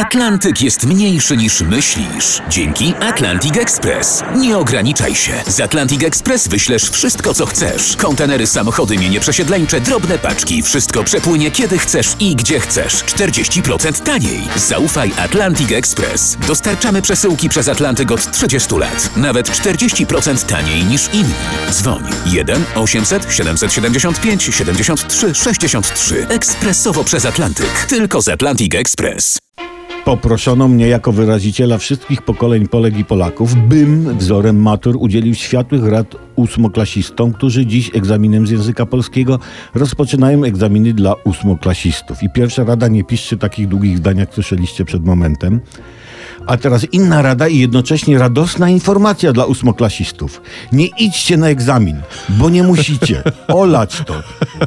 Atlantyk jest mniejszy niż myślisz. Dzięki Atlantic Express. Nie ograniczaj się. Z Atlantic Express wyślesz wszystko, co chcesz. Kontenery, samochody, mienie przesiedleńcze, drobne paczki. Wszystko przepłynie kiedy chcesz i gdzie chcesz. 40% taniej. Zaufaj Atlantic Express. Dostarczamy przesyłki przez Atlantyk od 30 lat. Nawet 40% taniej niż inni. Dzwoń 1 800 775 73 63. Ekspresowo przez Atlantyk. Tylko z Atlantic Express. Poproszono mnie jako wyraziciela wszystkich pokoleń Polek i Polaków, bym wzorem matur udzielił światłych rad ósmoklasistom, którzy dziś egzaminem z języka polskiego rozpoczynają egzaminy dla ósmoklasistów. I pierwsza rada: nie piszcie takich długich zdań, jak słyszeliście przed momentem. A teraz inna rada i jednocześnie radosna informacja dla ósmoklasistów. Nie idźcie na egzamin, bo nie musicie. Olać to.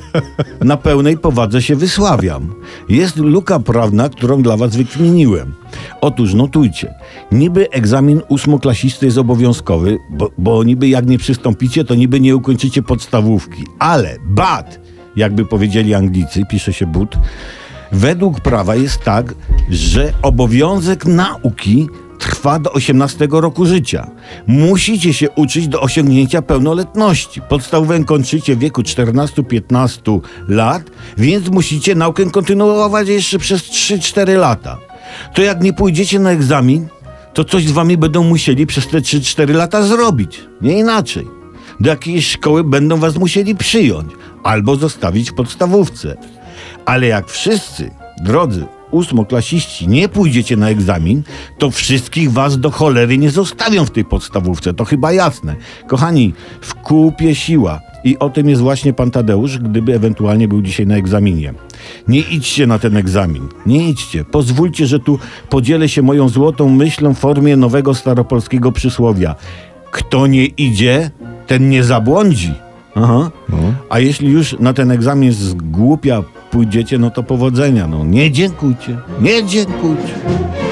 Na pełnej powadze się wysławiam. Jest luka prawna, którą dla was wykminiłem. Otóż notujcie. Niby egzamin ósmoklasisty jest obowiązkowy, bo niby jak nie przystąpicie, to niby nie ukończycie podstawówki. Ale jakby powiedzieli Anglicy, pisze się but, według prawa jest tak, że obowiązek nauki trwa do 18 roku życia. Musicie się uczyć do osiągnięcia pełnoletności. Podstawówkę kończycie w wieku 14-15 lat, więc musicie naukę kontynuować jeszcze przez 3-4 lata. To jak nie pójdziecie na egzamin, to coś z wami będą musieli przez te 3-4 lata zrobić. Nie inaczej. Do jakiejś szkoły będą was musieli przyjąć albo zostawić w podstawówce. Ale jak wszyscy, drodzy ósmoklasiści, nie pójdziecie na egzamin, to wszystkich was do cholery nie zostawią w tej podstawówce. To chyba jasne. Kochani, w kupie siła. I o tym jest właśnie pan Tadeusz, gdyby ewentualnie był dzisiaj na egzaminie. Nie idźcie na ten egzamin. Nie idźcie. Pozwólcie, że tu podzielę się moją złotą myślą w formie nowego staropolskiego przysłowia. Kto nie idzie, ten nie zabłądzi. Aha. No. A jeśli już na ten egzamin z głupia pójdziecie, no to powodzenia. No nie dziękujcie. Nie dziękujcie.